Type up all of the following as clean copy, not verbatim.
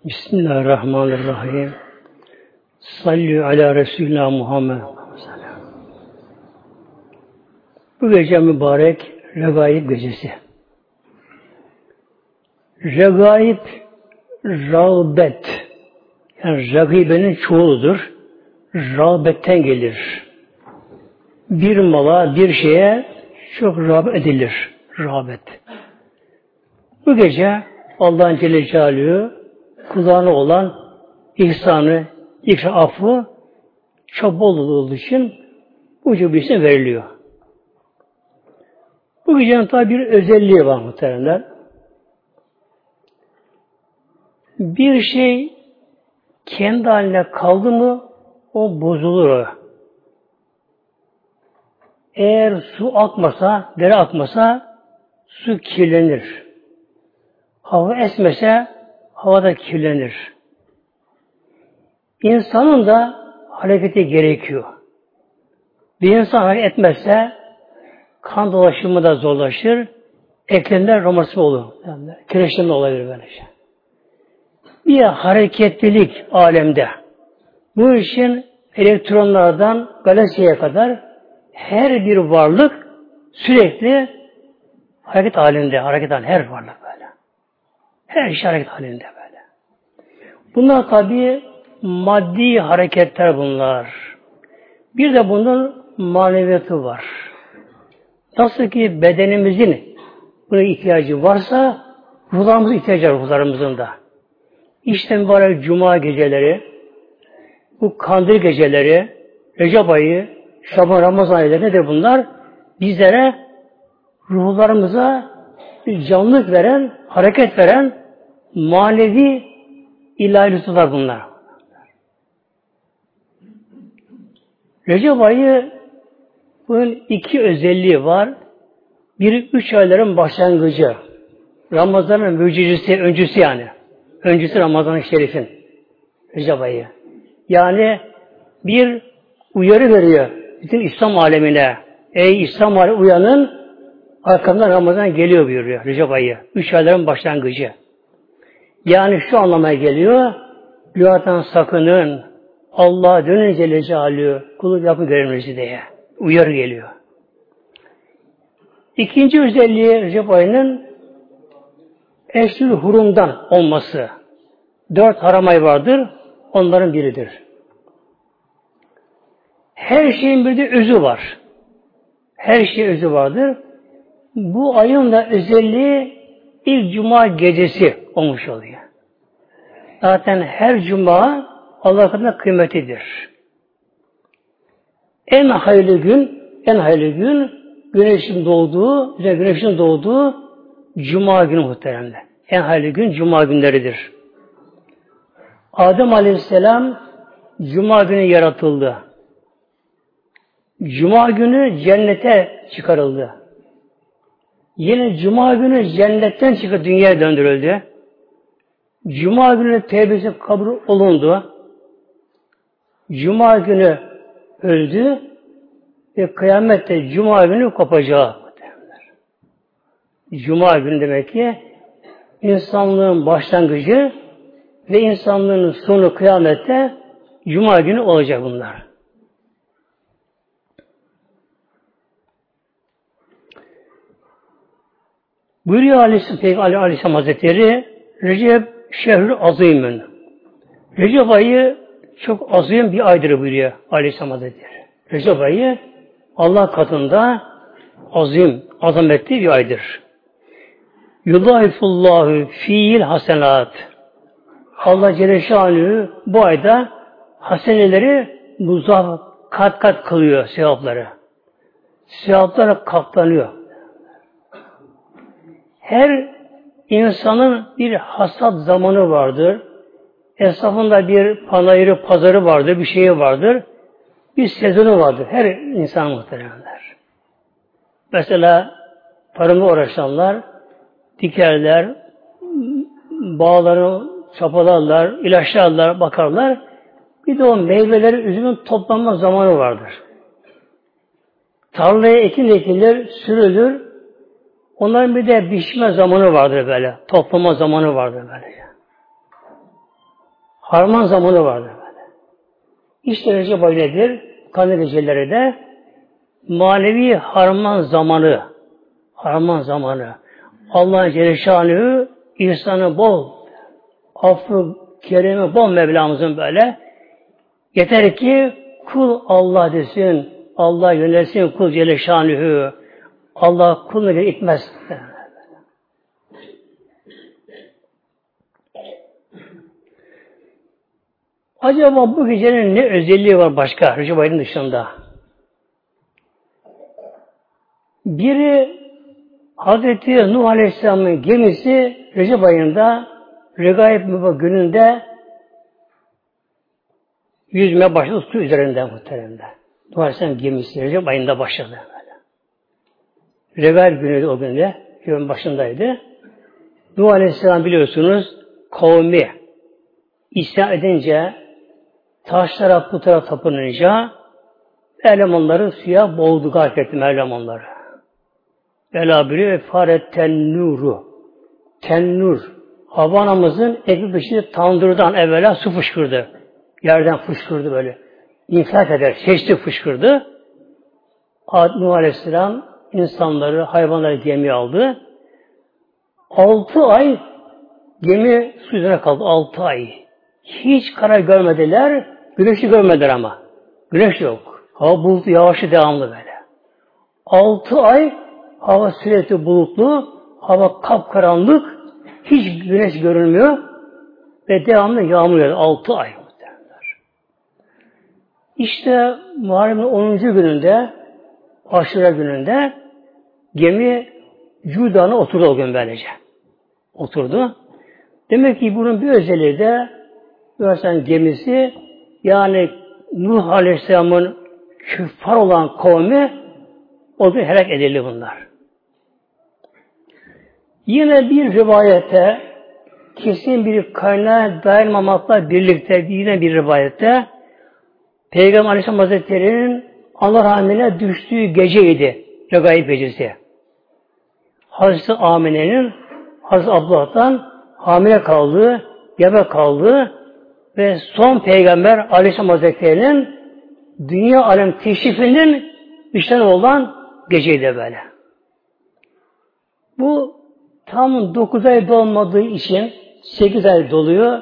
Bismillahirrahmanirrahim. Sallu ala Resulina Muhammed. Bu gece mübarek Regaib gecesi. Regaib, rağbet. Yani regibenin çoğuludur. Rağbetten gelir. Bir mala, bir şeye çok rağbet edilir. Rağbet. Bu gece Allah'ın Celle Celaluhu kullarına olan ihsanı, affı çok bol olduğu için bu cübbesine veriliyor. Bu gecenin tabi bir özelliği var muhteremler. Bir şey kendi haline kaldı mı o bozulur. Eğer su akmasa, dere akmasa su kirlenir. Hava esmese havada kirlenir. İnsanın da hareketi gerekiyor. Bir insan hareket etmezse kan dolaşımı da zorlaşır. Eklemler romatizma olur. Yani, kireçlenme olabilir böylece. Bir hareketlilik alemde. Bu için elektronlardan galaksiye kadar her bir varlık sürekli hareket halinde. Her varlık böyle. Her şey hareket halinde böyle. Bunlar tabii maddi hareketler bunlar. Bir de bunun maneviyatı var. Nasıl ki bedenimizin buna ihtiyacı varsa ruhlarımızın ihtiyacı var ruhlarımızın da. İşte mübarek cuma geceleri, bu kandil geceleri, Recep ayı, Şaban, Ramazan ayları nedir bunlar? Bizlere ruhlarımıza bir canlılık veren, hareket veren manevi ilahi lütuflar bunlar. Recep ayı bunun iki özelliği var. Biri 3 ayların başlangıcı. Ramazan'ın mucizesi, öncüsü yani. Öncüsü Ramazan-ı Şerif'in. Recep ayı. Yani bir uyarı veriyor bütün İslam alemine. Ey İslam alemi uyanın, arkamdan Ramazan geliyor buyuruyor Recep ayı. 3 ayların başlangıcı. Yani şu anlamaya geliyor. Günahtan sakının. Allah'a dönün Celle Celaluhu. Kulluk yapın görevinizi diye. Uyarı geliyor. İkinci özelliği Recep ayının Eşhur Hurum'dan olması. 4 haram ay vardır. Onların biridir. Her şeyin bir de özü var. Her şey özü vardır. Bu ayın da özelliği ilk cuma gecesi olmuş oluyor. Zaten her cuma Allah katında kıymetidir. En hayırlı gün güneşin doğduğu cuma günü muhteremler. En hayırlı gün cuma günleridir. Adem Aleyhisselam cuma günü yaratıldı. Cuma günü cennete çıkarıldı. Yine cuma günü cennetten çıkıp dünyaya döndürüldü. Cuma günü tevbesi kabul olundu. Cuma günü öldü ve kıyamette cuma günü kopacağı. Cuma günü demek ki insanlığın başlangıcı ve insanlığın sonu kıyamette cuma günü olacak bunlar. Buyuruyor Aleyhisselam Hazretleri Recep şehrü azimün. Recep ayı çok azim bir aydır buyuruyor Aleyhisselam Hazretleri. Recep ayı Allah katında azim, azametli bir aydır. Yudâifullahu fiil hasenat. Allah Celle Şanuhu bu ayda haseneleri muzaf kat kat kılıyor sevapları. Sevaplar katlanıyor. Her insanın bir hasat zamanı vardır. Esnafında bir panayırı, pazarı vardır, bir şeyi vardır. Bir sezonu vardır. Her insan muhteremler. Mesela tarımla uğraşanlar dikerler, bağları çapalarlar, ilaçlarlar, bakarlar. Bir de o meyveleri, üzümün toplanma zamanı vardır. Tarlaya ekin ekilir, sürülür. Onların bir de biçme zamanı vardır böyle. Toplama zamanı vardır böyle. harman zamanı vardır. İşte Recep ayı nedir? Kandil geceleri de manevi harman zamanı. Harman zamanı. Allah'ın Celle Şanı'nı ihsanı bol, affı, keremi bol Mevlamızın böyle. Yeter ki kul Allah desin, Allah yönelsin kul Celle Şanı'nı. Allah kulunu itmez. Acaba bu gecenin ne özelliği var başka Recep ayının dışında? Biri Hazreti Nuh Aleyhisselam'ın gemisi Recep ayında Regaib Mübarek gününde yüzmeye başladı su üzerinde muhteremde. Nuh Aleyhisselam gemisi Recep ayında başladı. Regaib günüydü o günde. Yılın başındaydı. Nuh Aleyhisselam biliyorsunuz kavmi isyan edince taşlara putlara tapınınca elemanları suya boğdu gark etti elemanları. Vela biri faret tennuru. Tennur. Hava anamızın ekmek pişirdiği tandırdan evvela su fışkırdı. Yerden fışkırdı böyle. İnfilak eder. Seçti fışkırdı. Nuh Aleyhisselam insanları, hayvanları gemiye aldı. 6 ay gemi su üzerine kaldı. 6 ay. Hiç kara görmediler. Güneşi görmediler ama. Güneş yok. Hava bulutlu, yağışlı, devamlı böyle. 6 ay hava sürekli bulutlu, hava kapkaranlık, hiç güneş görünmüyor ve devamlı yağmur yağıyor. 6 ay. İşte Muharrem'in 10. gününde, Aşure gününde gemi Cuda'na oturdu o gün böylece. Oturdu. Demek ki bunun bir özelliği de Yunanistan gemisi yani Nuh Aleyhisselam'ın küffar olan kavmi o gün helak edildi bunlar. Yine bir rivayette kesin bir kaynağa dayanmamakla birlikte yine bir rivayette Peygamber Aleyhisselam Hazretleri'nin Allah rahmetine düştüğü geceydi. Regaib gecesi. Hazreti Amine'nin Hazreti Abdullah'tan hamile kaldığı, gebe kaldığı ve son Peygamber Aleyhisselam Hazretleri'nin dünya alem teşrifinin işten olan geceydi böyle. Bu tam 9 ay dolmadığı için 8 ay doluyor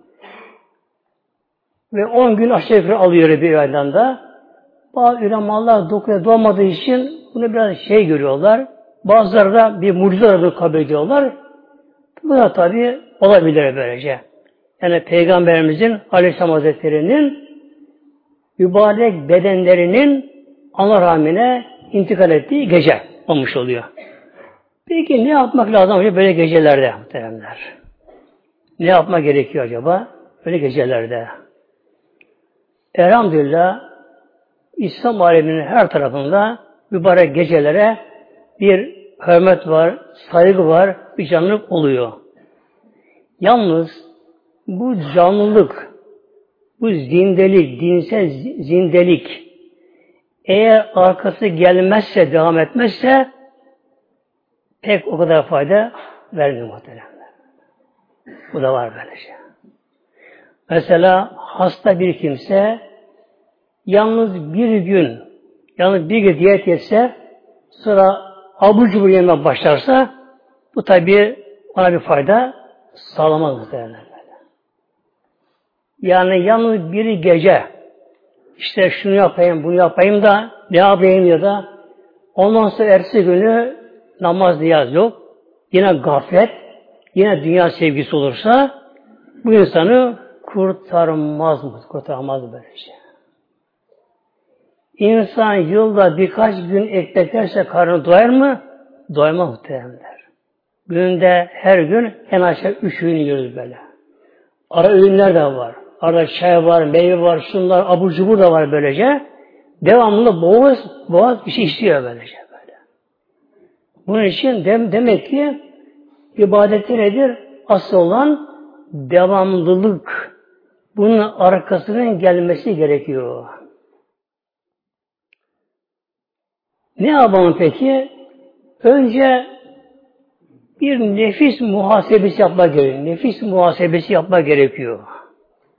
ve 10 gün aşağı yukarı alıyor bir aydan da. Bazı ulemalar 9 ay dolmadığı için bunu biraz görüyorlar. Bazıları da bir mucize olarak kabul ediyorlar. Bu da tabi olabilir böylece. Yani Peygamberimizin Aleyhisselam Hazretleri'nin mübarek bedenlerinin Allah rahmine intikal ettiği gece olmuş oluyor. Peki ne yapmak lazım böyle gecelerde muhteremler? Ne yapmak gerekiyor acaba böyle gecelerde? Elhamdülillah İslam aleminin her tarafında mübarek gecelere bir hürmet var, saygı var, bir canlılık oluyor. Yalnız bu canlılık, bu zindelik, dinsel zindelik eğer arkası gelmezse, devam etmezse pek o kadar fayda vermiyor muhtemelen. Bu da var böylece. Mesela hasta bir kimse yalnız bir gün diyet etse sonra abur cubur yemeye başlarsa bu tabi ona bir fayda sağlamaz muhtemelen. Yani yalnız bir gece işte şunu yapayım, bunu yapayım da ne yapayım ya da ondan sonra ertesi günü namaz niyaz yok. Yine gaflet, yine dünya sevgisi olursa bu insanı kurtarmaz böyle şey. İnsan yılda birkaç gün ekmek yerse karnı doyar mı? Doymaz muhtemelenler. Günde her gün en aşağı 3 öğün yiyoruz böyle. Ara öğünler de var. Arada çay var, meyve var, şunlar, abur cubur da var böylece. Devamlı boğaz bir şey istiyor böylece böyle. Bunun için demek ki ibadeti nedir? Asıl olan devamlılık. Bunun arkasının gelmesi gerekiyor. Ne yapalım peki? Önce bir nefis muhasebesi yapmak gerekiyor. Nefis muhasebesi yapmak gerekiyor.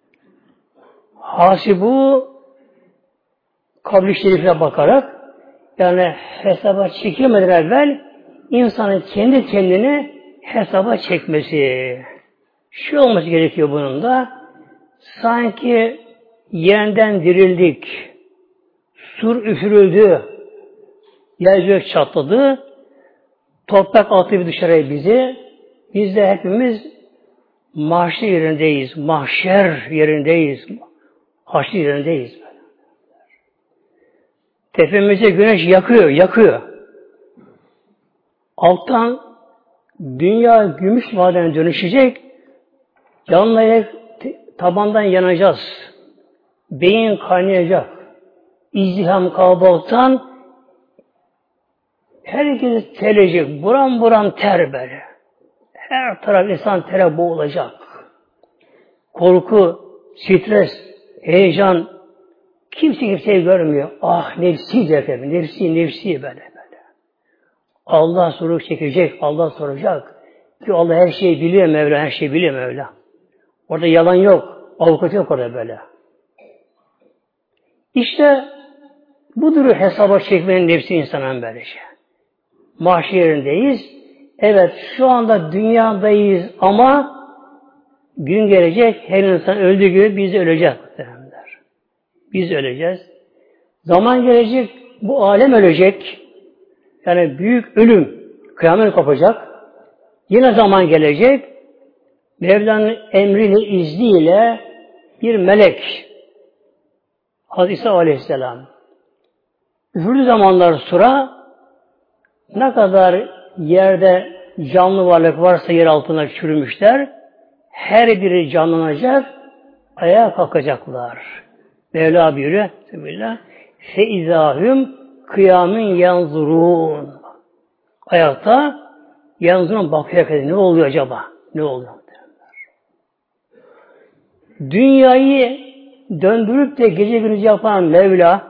hasibu kabl-i şerifine bakarak yani hesaba çekilmeden evvel insanın kendi kendini hesaba çekmesi. Şu olması gerekiyor bunun da. Sanki yeniden dirildik. Sur üfürüldü. Yer gök çatladı. Toprak attı bir dışarıya bizi. Biz de hepimiz mahşer yerindeyiz. Mahşer yerindeyiz. Haşr yerindeyiz. Tepemize güneş yakıyor. Alttan dünya gümüş madene dönüşecek. Yanlayarak tabandan yanacağız. Beyin kaynayacak. İzdiham kalabalıktan herkes terleyecek. Buram buram ter böyle. Her taraf insan tere boğulacak. Korku, stres, heyecan kimse kimseyi görmüyor. Ah nefsi de efendim. Nefsi böyle. Allah soru çekecek. Allah soracak. Ki Allah her şeyi biliyor Mevla. Her şeyi biliyor Mevla. Orada yalan yok. Avukat yok orada böyle. İşte budur hesaba çekmenin nefsi insanın böylece. Mahşer yerindeyiz. Evet şu anda dünyadayız ama gün gelecek her insan öldüğü gibi biz de öleceğiz. Biz öleceğiz. Zaman gelecek bu alem ölecek. Yani büyük ölüm kıyamet kopacak. Yine zaman gelecek. Mevla'nın emriyle, izniyle bir melek Hazreti İsa Aleyhisselam üfürlü zamanlar sonra ne kadar yerde canlı varlık varsa yer altına çürümüşler, her biri canlanacak, ayağa kalkacaklar. Mevla buyuruyor, فَاِذَاهُمْ kıyamin yanzurun. Ayakta yanzurun bakıyor. Ne oluyor acaba? Ne oluyor? Dünyayı döndürüp de gece gündüz yapan Mevla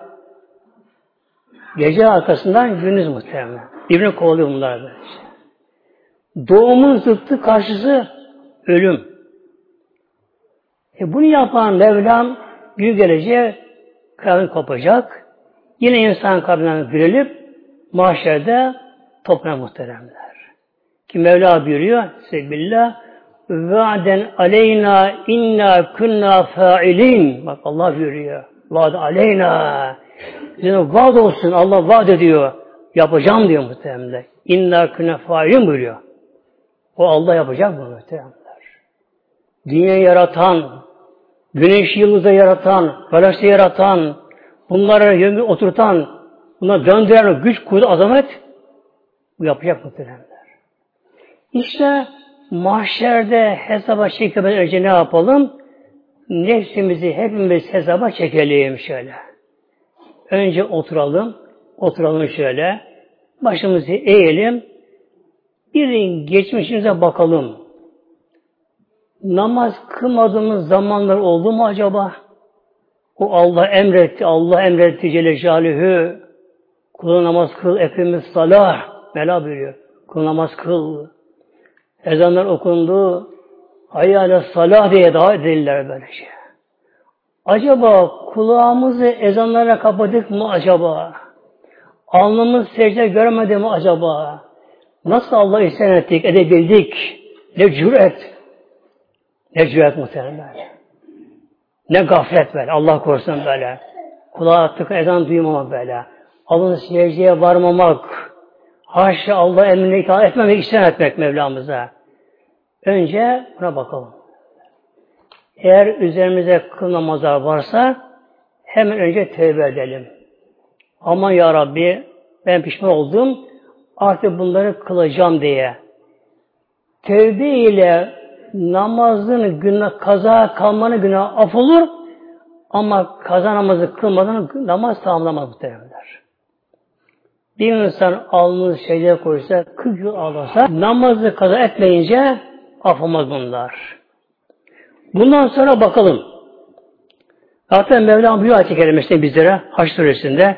gece arkasından gündüz muhtemelen. Birbirini kovalıyor bunlar böyle. Doğumun zıttı karşısı ölüm. Bunu yapan Mevlam gün gelecek kıyamet kopacak. Yine insan kabrinden dirilip mahşerde toprağa muhteremler. Ki Mevla buyuruyor Sebillah va'den aleyna inna kunna fa'ilin. Bak Allah buyuruyor. Va'den aleyna. Bize vaad olsun. Allah vaad ediyor. Yapacağım diyor muhteremler. İnna kunna fa'ilin buyuruyor. O Allah yapacak bunu muhteremler. Dünyayı yaratan, güneş yıldızı yaratan, galaksi yaratan, bunlara yönü oturtan, buna döndüren güç, kuvvet, azamet bu yapacak muhteremler. İşte mahşerde hesaba çekmeden önce ne yapalım? Nefsimizi hepimiz hesaba çekelim şöyle. Önce oturalım şöyle. Başımızı eğelim. Bir geçmişimize bakalım. Namaz kılmadığımız zamanlar oldu mu acaba? O Allah emretti Celle Celaluhu. Kula namaz kıl, ekimiz salah. Mevla buyuruyor. Kula namaz kıl. Ezanlar okundu. Hayyâle salah diye davet edilirler böylece. Acaba kulağımızı ezanlara kapadık mı acaba? Alnımız secde görmedi mi acaba? Nasıl Allah'ı isyan ettik, edebildik? Ne cüret! Ne cüret muhtemelen. Ne gaflet böyle, Allah korusun böyle. Kulağa tıkı ezan duymamak böyle. Alın secdeye varmamak. Haşa Allah emrine itaat etmemek, isyan etmek Mevlamıza. Önce buna bakalım. Eğer üzerimize kıl namazlar varsa hemen önce tevbe edelim. Aman ya Rabbi ben pişman oldum. Artık bunları kılacağım diye. Tevbe ile namazın günah, kaza kalmanın günahı af olur ama kaza namazı kılmadan namaz tamamlamaz muhtemelenler. Bir insan alnını secdeye koysa, 40 yıl ağlasa, namazı kaza etmeyince af olmaz bunlar. Bundan sonra bakalım. Zaten Mevlam bu ayet-i kerimesinde bizlere Haç suresinde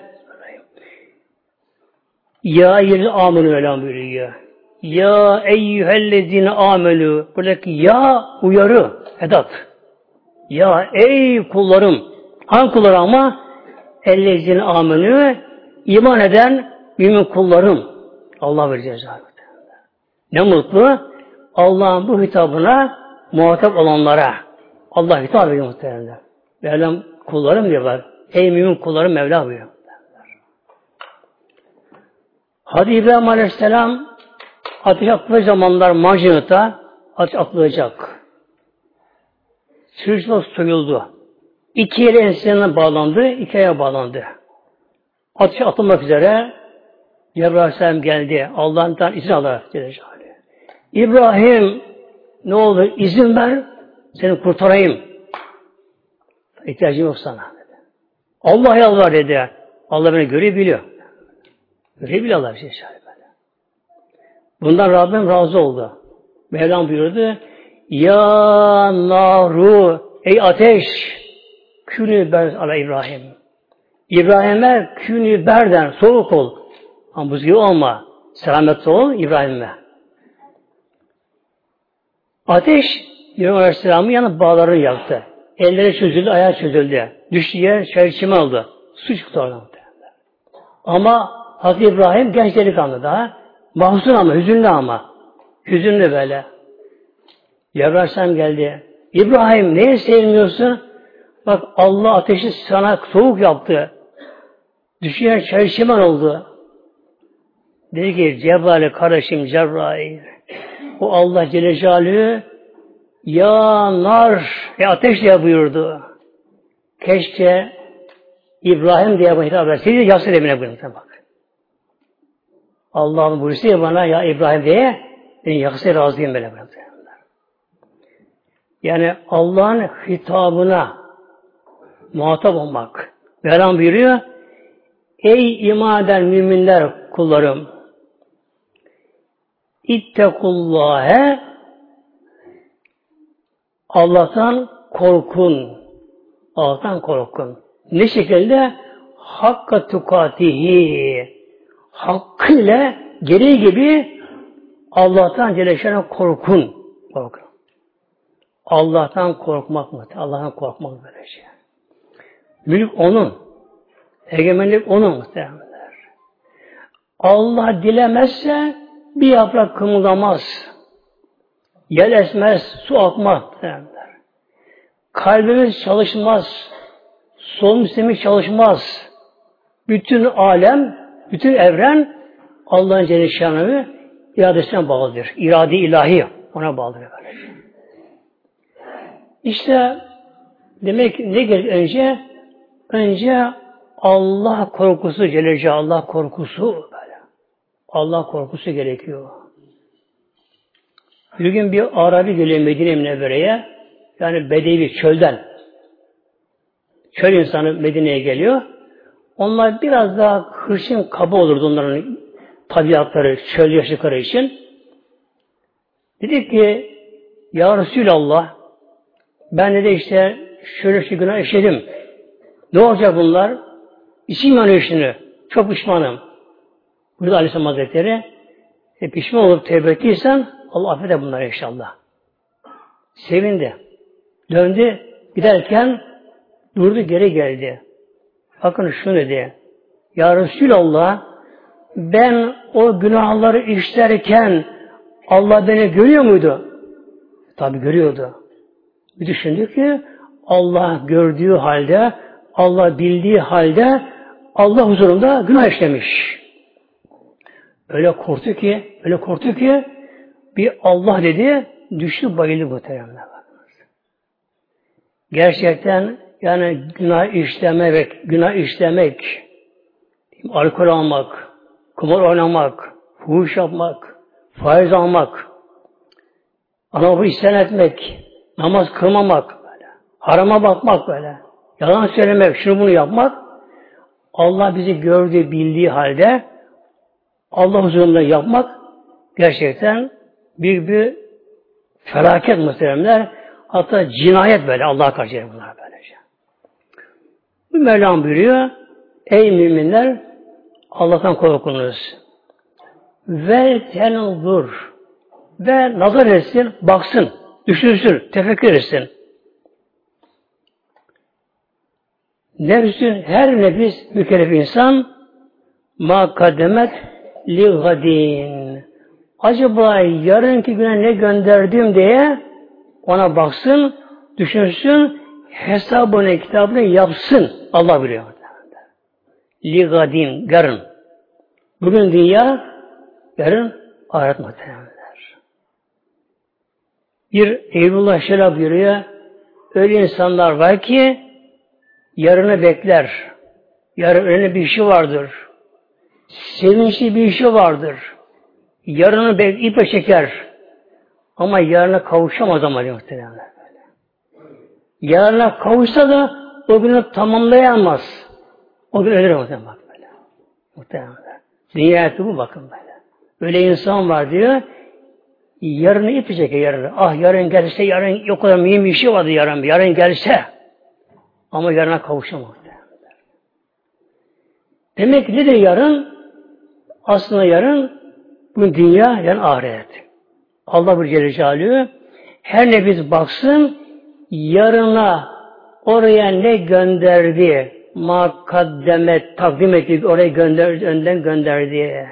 Ya eyyühel âmenû Mevlam buyuruyor. Ya eyyühellezine âmenû. Buradaki ya uyarı, edat. Ya ey kullarım, Hangi kulları ama? Ellezine amenü, iman eden mümin kullarım. Allah verecek cezayı. Ne mutlu Allah'ın bu hitabına muhatap olanlara. Allah hitap ediyor muhtemelen. Mevlam kullarım diyorlar. Ey mümin kullarım Mevla buyuruyor. Hadi İbrahim Aleyhisselam ateş attığı zamanlar Macinat'a ateş atılacak. Sürücüler soyuldu. İki yere ensesine bağlandı, iki ayağa bağlandı. Ateş atılmak üzere Cebrail Aleyhisselam geldi. Allah'tan izin alarak İbrahim ne olur izin ver, seni kurtarayım. İhtiyacım yok sana. Dedi. Allah yalvar dedi. Allah beni görebiliyor. Görebiliyor Allah bir şey böyle. Bundan Rabbim razı oldu. Mevlam buyurdu. Ya naru, ey ateş, künü ber ala İbrahim. İbrahim'e künü berden, soğuk ol. Ama buz gibi olma. Selametli ol İbrahim'e. Ateş, İbrahim Aleyhisselam'ın yanı bağlarını yaktı. Elleri çözüldü, ayağı çözüldü. Düştü yer, çelişimi aldı. Su çıktı oradan. Ama Hazreti İbrahim genç delikanlı daha. Mahzun ama, hüzünlü ama. Hüzünlü böyle. Cebrail Aleyhisselam geldi. İbrahim neye sevmiyorsun? Bak Allah ateşi sana soğuk yaptı. Düşüyen çelişimen oldu. Dedi ki Cebrail kardeşim Cebrail. O Allah Celle Celaluhu ya nar ateş diye buyurdu. Keşke İbrahim diye bana hitap etseydi Yasir emine buyurdu. Bak. Allah'ın buyursa bana ya İbrahim diye ben Yasir razıyım böyle buyurdu. Yani Allah'ın hitabına muhatap olmak. Mevlam buyuruyor. Ey iman eden müminler kullarım. İttekullâhe Allah'tan korkun. Allah'tan korkun. Ne şekilde? Hakka tukatihi. Hakkıyla gereği gibi Allah'tan Celle Şan'a korkun. Korkun. Allah'tan korkmak mı? Allah'tan korkmak böyle şey. Mülk onun. Egemenlik onun muhtemelenler. Allah dilemezse bir yaprak kımıldamaz. Yel esmez, su akmaz. Kalbimiz çalışmaz. Solunum sistemi çalışmaz. Bütün alem, bütün evren Allah'ın Celle Şanı'nın iradesine bağlıdır. İrade ilahi ona bağlıdır. İşte demek ne gerek önce? Önce Allah korkusu, Celle Celaluhu Allah korkusu böyle. Allah korkusu gerekiyor. Bir gün bir Arabi geliyor Medine Münevvere'ye, yani Bedevi çölden. Çöl insanı Medine'ye geliyor. Onlar biraz daha hırçın kaba olurdu onların tabiatları, çöl yaşlıkları için. Dedik ki, Ya Resulallah, ben de işte şöyle şu günah işledim. Ne olacak bunlar? İçim yanıyor şimdi. Çok pişmanım. Burada Aleyhisselam Hazretleri pişman olup tevbe ettiysen Allah affeder bunları inşallah. Sevindi. Döndü. Giderken durdu geri geldi. Bakın şunu dedi. Ya Resulallah ben o günahları işlerken Allah beni görüyor muydu? Tabi görüyordu. Bir düşündü ki Allah gördüğü halde, Allah bildiği halde Allah huzurunda günah işlemiş. Öyle korktu ki bir Allah dedi, düştü bayıldı muhtemelen. Gerçekten yani günah işlemek, alkol almak, kumar oynamak, fuhuş yapmak, faiz almak, ana baba isyan etmek, namaz kılmamak, böyle, harama bakmak böyle, yalan söylemek, şunu bunu yapmak, Allah bizi gördüğü, bildiği halde Allah huzurunda yapmak gerçekten bir felaket muhteremler. Hatta cinayet böyle Allah'a karşı bunlar böylece. Bu Mevlam buyuruyor. Ey müminler Allah'tan korkunuz. Ve tenzur. Ve nazar etsin, baksın, düşünsün, tefekkür etsin. Nefsün her nefis mükellef insan ma kaddemet li gadin. Acaba yarınki güne ne gönderdim diye ona baksın, düşünsün, hesabını, kitabını yapsın. Allah biliyor. Li gadin, yarın. Bugün dünya, yarın ahiret muhtemelenler. Bir Eyvallah şöyle buyuruyor, öyle insanlar var ki yarını bekler. Yarın önemli bir işi vardır. Sevinçli bir işi vardır. Yarını ipe çeker. Ama yarına kavuşamaz ama muhtemelen. Yarına kavuşsa da o günü tamamlayamaz. O gün ölür muhtemelen. Muhtemelen. Dünya hayatı bu bakın böyle. Öyle insan var diyor. Yarını ipe çeker yarını. Ah yarın gelse yarın yok kadar mühim bir işi vardı yarın. Yarın gelse. Ama yarına kavuşamaz. Demek ki nedir yarın? Aslında yarın bu dünya, yarın ahiret. Allah bir Celle Celaluhu her nefis baksın yarına oraya ne gönderdi, makaddemet takdim etti, oraya gönderdi, önden gönderdi.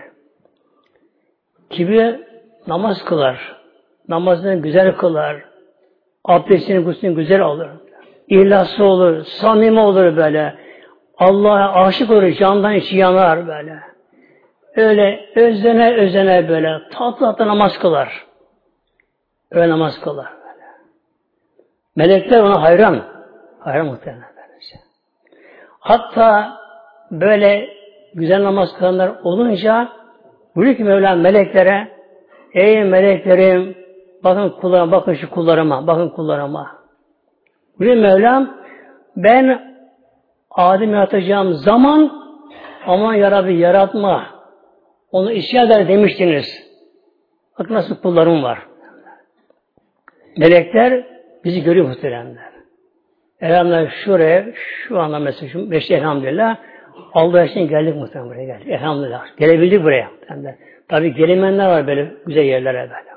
Kimi namaz kılar, namazını güzel kılar, abdestini, guslünü güzel alır, İhlası olur, samimi olur böyle, Allah'a aşık olur, candan içi yanar böyle. Öyle özene böyle tatlı namaz kılar. Öyle namaz kılar böyle. Melekler ona hayran. Hayran muhtemelen böylece. Hatta böyle güzel namaz kılanlar olunca buyuruyor ki Mevlam meleklere ey meleklerim bakın kullarıma, bakın şu kullarıma, bakın kullarıma. Buyuruyor Mevlam ben Adem'i yaratacağım zaman aman ya Rabbi yaratma onu isyan eder demiştiniz. Bakın nasıl kullarım var. Melekler bizi görüyor muhteremler. Elhamdülillah şuraya, şu anda mesela şu beşte elhamdülillah Allah için geldik muhterem buraya geldik. Elhamdülillah. Gelebildik buraya. Tabi gelemeyenler var böyle güzel yerlere böyle.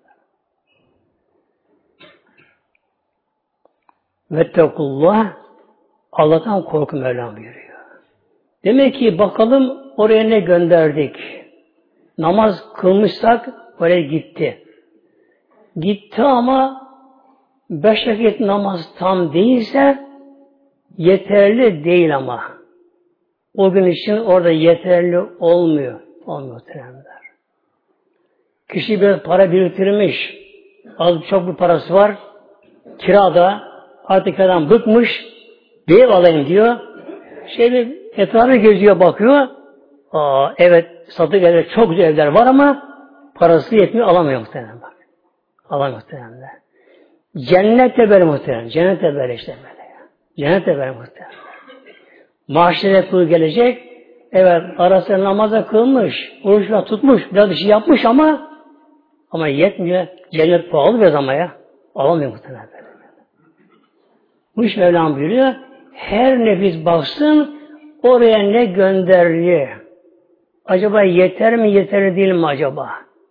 Vettekullah Allah'tan korku Mevlam buyuruyor. Demek ki bakalım oraya ne gönderdik. Namaz kılmışsak oraya gitti. Gitti ama 5 vakit namaz tam değilse yeterli değil ama. O gün için orada yeterli olmuyor. Olmuyor muhtemelenler. Kişi bir para biriktirmiş. Az çok bir parası var. Kirada artık adam bıkmış. Bir ev alayım diyor. Bir etrafı geziyor bakıyor. Evet satık evler çok güzel evler var ama parası yetmiyor alamıyor muhtemelen bak. Alamıyor muhtemelen. Cennet de böyle muhtemelen. Cennet de böyle işte böyle. Cennet de böyle muhtemelen. Mahşere kulu gelecek. Evet arasında namaza kılmış. Oruçla tutmuş. Biraz bir şey yapmış ama yetmiyor. Cennet pahalı biraz ama ya. Alamıyor muhtemelen böyle. Bu iş Mevlam buyuruyor. Her nefis baksın oraya ne gönderdi. Acaba yeter mi yeterli değil mi acaba?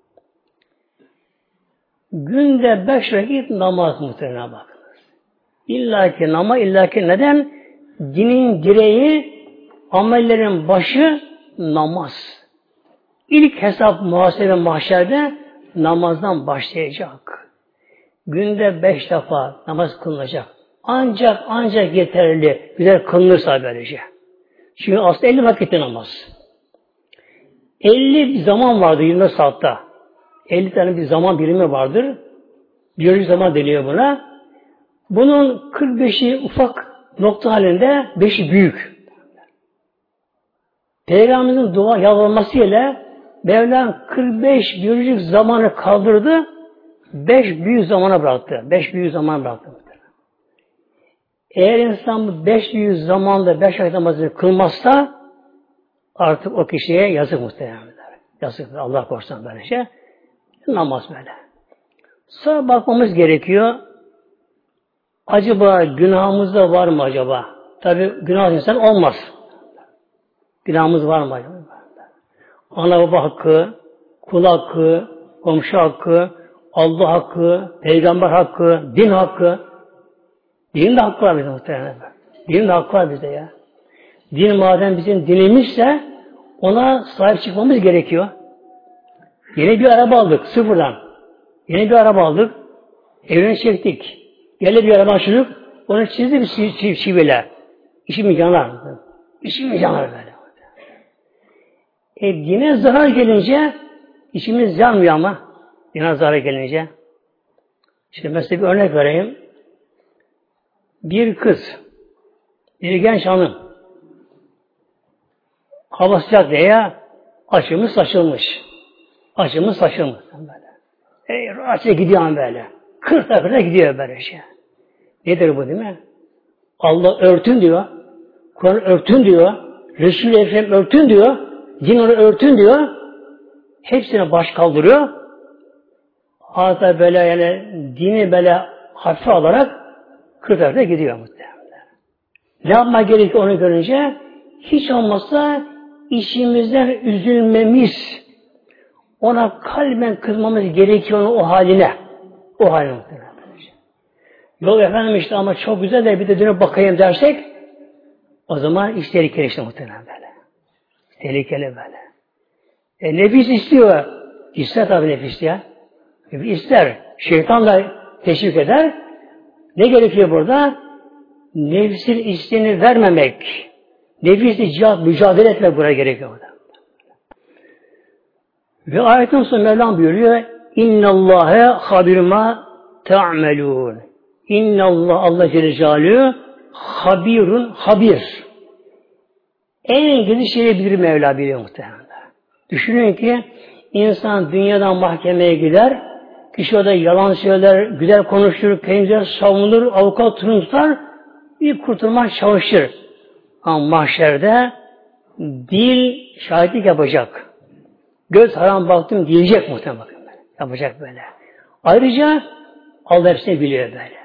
Günde 5 vakit namaz muhtemelen bakınız. İllaki namaz, illaki neden? Dinin direği, amellerin başı namaz. İlk hesap muhasebe mahşerde namazdan başlayacak. Günde 5 defa namaz kılınacak. Ancak yeterli, güzel kılınırsa böylece. Çünkü aslında 50 vakitte namaz. 50 bir zaman vardır 24 saatte. 50 tane bir zaman birimi vardır. Biyolojik zaman deniyor buna. Bunun 45'i ufak nokta halinde, 5'i büyük. Peygamberimizin dua yalvarmasıyla Mevlam 45 biyolojik zamanı kaldırdı, 5 büyük zamana bıraktı. 5 büyük zaman bıraktı. Eğer insan bu 5 büyük zamanda 5 ayet namazını kılmazsa artık o kişiye yazık muhtemelen. Yazık. Allah korusun böyle şey. Namaz böyle. Sonra bakmamız gerekiyor. Acaba günahımızda var mı acaba? Tabi günah insan olmaz. Günahımız var mı acaba? Ana baba hakkı, kul hakkı, komşu hakkı, Allah hakkı, peygamber hakkı, din hakkı. Dinin de hakkı var bizim muhtemelen. Dinin hakkı var bizde ya. Din madem bizim dinimizse ona sahip çıkmamız gerekiyor. Yeni bir araba aldık sıfırdan. Yeni bir araba aldık. Evine çektik. Geldi bir araba çocuk. Onu çizdi bir çiviyle. İşimiz yanar. İşimiz yanar böyle. Dine zarar gelince işimiz yanmıyor ama. Dine zarar gelince. Şimdi mesela bir örnek vereyim. Bir kız, bir genç hanım hava sıcak diye açılmış saçılmış. Açılmış saçılmış. Böyle. Rahatça gidiyor böyle. 40 dakikada gidiyor böyle şey. Nedir bu değil mi? Allah örtün diyor. Kur'an örtün diyor. Resul-i Ekrem örtün diyor. Din onu örtün diyor. Hepsine baş kaldırıyor. Hatta böyle yani dini böyle hafife alarak 40 dakikada gidiyor muhtemelen. Ne yapmak gerekiyor onu görünce? Hiç olmazsa işimizden üzülmemiz, ona kalben kızmamız gerekiyor o haline. O haline muhtemelen. Yok efendim işte ama çok güzel de bir de dönüp bakayım dersek o zaman iş tehlikeli işte muhtemelen böyle. Tehlikeli böyle. Nefis istiyor. İster tabii nefis ya. İster. Şeytan da teşvik eder. Ne gerekiyor burada? Nefsin isteğini vermemek. Nefisle cihat, mücadele etmek buraya gerekiyor burada. Ve ayetin sonu Mevlam buyuruyor İnnallâhe habirma te'amelûn. İnnallâhe Allah Celle Celaluhu habirun habir. En geniş şeyi bilir Mevla biliyor muhtemelen. Düşünün ki insan dünyadan mahkemeye gider, kişi orada yalan söyler, güzel konuşur, peynir savunulur, avukat tutar, bir kurtulmak çalışır. Ama mahşerde dil şahitlik yapacak. Göz haram baktım diyecek muhtemelen. Yapacak böyle. Ayrıca Allah hepsini biliyor böyle.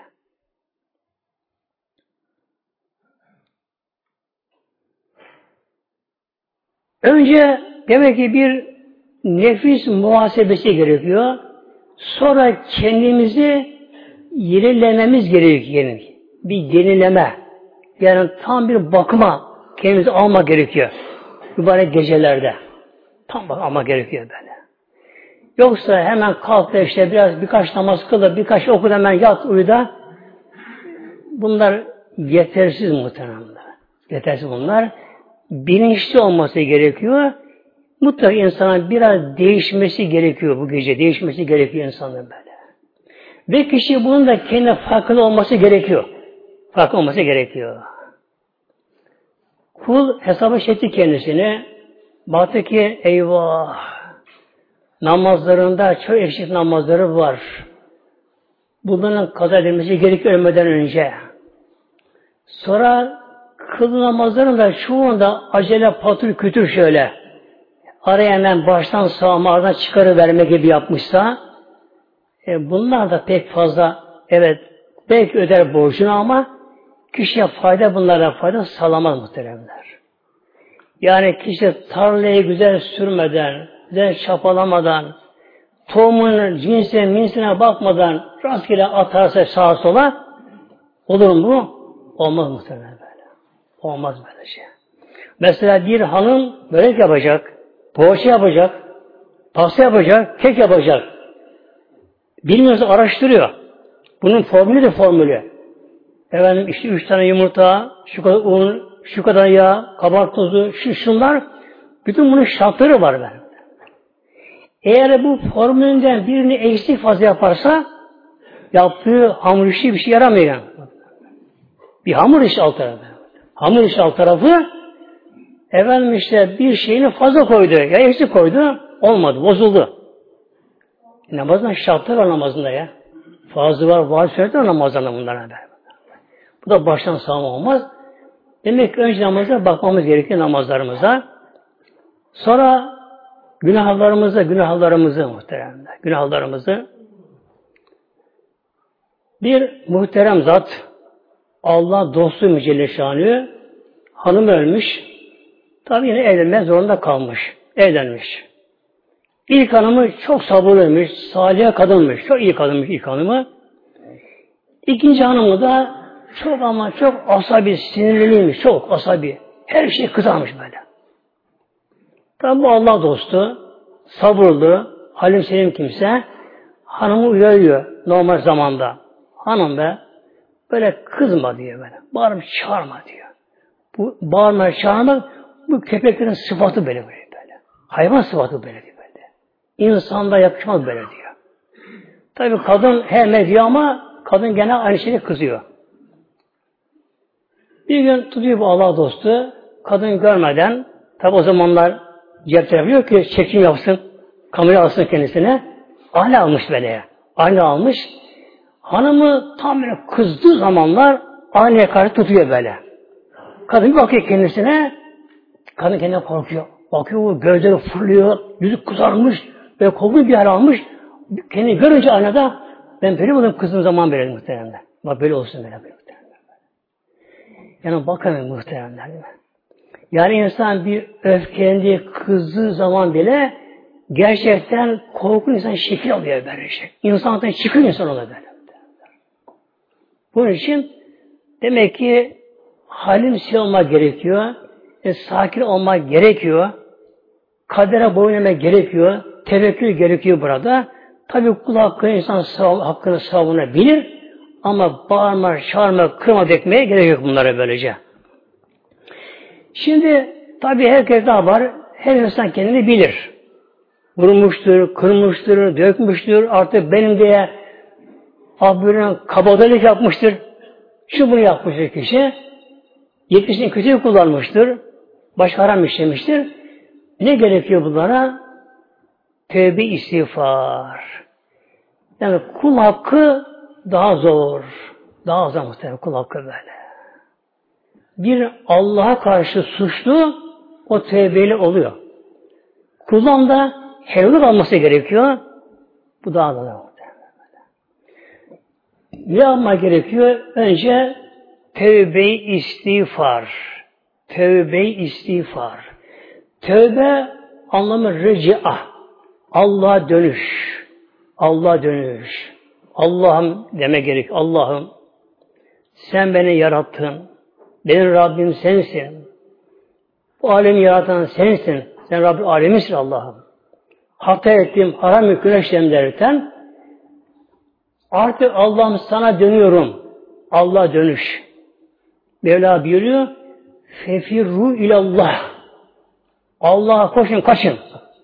Önce demek ki bir nefis muhasebesi gerekiyor. Sonra kendimizi yenilememiz gerekiyor. Bir yenileme. Yani tam bir bakıma kendimizi almak gerekiyor. Mübarek gecelerde. Tam alma gerekiyor böyle. Yoksa hemen kalk da işte birkaç namaz kılıp birkaç oku hemen yat uyuda. Bunlar yetersiz muhtemelen. Yetersiz bunlar. Bilinçli olması gerekiyor. Mutlaka insana biraz değişmesi gerekiyor bu gece. Değişmesi gerekiyor insanın böyle. Ve kişi bunun da kendine farkında olması gerekiyor. Farkında olması gerekiyor. Kul hesaba çekti kendisini. Baktı ki eyvah namazlarında çok eksik namazları var. Bunların kaza edilmesi gerekiyor ölmeden önce. Sonra kıl namazların da çoğunda acele patır kütür şöyle. Araya hemen baştan sağma aradan çıkarıverme gibi yapmışsa bunlar da pek fazla evet belki öder borcunu ama kişiye fayda bunlardan fayda sağlamaz muhteremler. Yani kişi tarlayı güzel sürmeden, güzel çapalamadan, tohumun cinsine, minsine bakmadan rastgele atarsa sağa sola olur mu? Olmaz muhtemelen böyle. Olmaz böyle şey. Mesela bir hanım börek yapacak, poğaça yapacak, pasta yapacak, kek yapacak. Bilmiyorsa araştırıyor. Bunun formülü de formülü. Efendim işte 3 tane yumurta, şu kadar un, şu kadar yağ, kabak tozu, şunlar. Bütün bunun şartları var ben. Eğer bu formülünden birini eksik fazla yaparsa yaptığı hamur işi bir şey yaramıyor. Bir hamur işi alt tarafı. Hamur işi alt tarafı efendim işte bir şeyini fazla koydu ya eksik koydu olmadı, bozuldu. Namazın şartları var namazında ya. Fazla var, vacip var namazında bunlara. Bu da baştan sağma olmaz. Demek ki önce namaza bakmamız gerekiyor namazlarımıza. Sonra günahlarımızı muhteremler. Günahlarımızı bir muhterem zat Allah dostu Mücelle Şanı hanım ölmüş. Tabi yine evlenmek zorunda kalmış. Evlenmiş. İlk hanımı çok sabırlıymış, salih kadınmış. Çok iyi kadınmış ilk hanımı. İkinci hanımı da Çok ama çok asabi, sinirliymiş, çok asabi. Her şey kızarmış böyle. Tabi bu Allah dostu, sabırlı, halim selim kimse hanımı uyarıyor normal zamanda. Hanım be, böyle kızma diyor böyle. Bağırıp çağırma diyor. Bu bağırma, çağırmak bu köpeklerin sıfatı böyle. Hayvan sıfatı böyle diyor böyle. İnsanda yakışmaz böyle diyor. Tabi kadın hem diyor ama kadın gene aynı şeyi kızıyor. Bir gün tutuyor bu Allah dostu, kadın görmeden, tabi o zamanlar cep telefonu yok ki çekim yapsın, kamera alsın kendisine. Ayna almış böyle. Ayna almış. Hanımı tam böyle kızdığı zamanlar aynaya karşı tutuyor böyle. Kadın bir bakıyor kendisine, kadın kendine korkuyor. Bakıyor, gözleri fırlıyor, yüzü kızarmış, böyle korkunç bir hal almış. Kendini görünce aynada, ben böyle olayım kızdığım zaman böyle muhteremler. Bak böyle olsun böyle muhteremler. Yani bakın muhteremler değil mi? Yani insan bir öfkelendiği, kızdığı zaman bile gerçekten korkun insan şekil alıyor böyle şey. İnsandan çıkıyor insan ona böyle. Bunun için demek ki halim olmak gerekiyor. Sakin olmak gerekiyor. Kadere boyun eğmek gerekiyor. Tevekkül gerekiyor burada. Tabi kul hakkını insan hakkını savunabilir. Ama bağırma, çağırma, kırma dökmeye gerek yok bunlara böylece. Şimdi tabi herkes daha var. Her insan kendini bilir. Vurmuştur, kırmıştır, dökmüştür. Artık benim diye abinin kabadayılık yapmıştır. Şu bunu yapmıştır kişi. Yetkisini kötüye kullanmıştır. Başka haram işlemiştir. Ne gerekiyor bunlara? Tövbe istiğfar. Yani kul hakkı daha zor. Daha zor muhtemelen kul hakkı böyle. Bir Allah'a karşı suçlu o tövbeyle oluyor. Kuldan da hevluk alması gerekiyor. Bu daha zor muhtemelen. Ne yapmak gerekiyor? Önce tövbe-i istiğfar. Tövbe-i istiğfar. Tövbe anlamı rıc'a. Allah'a dönüş. Allah'a dönüş. Allah'ım deme gerek. Allah'ım sen beni yarattın. Benim Rabbim sensin. Bu alemi yaratan sensin. Sen Rabbim aleminsin Allah'ım. Hata ettim, haram güneşlerim derken artık Allah'ım sana dönüyorum. Allah'a dönüş. Mevla buyuruyor. Fefirru ilallah. Allah'a koşun, kaçın.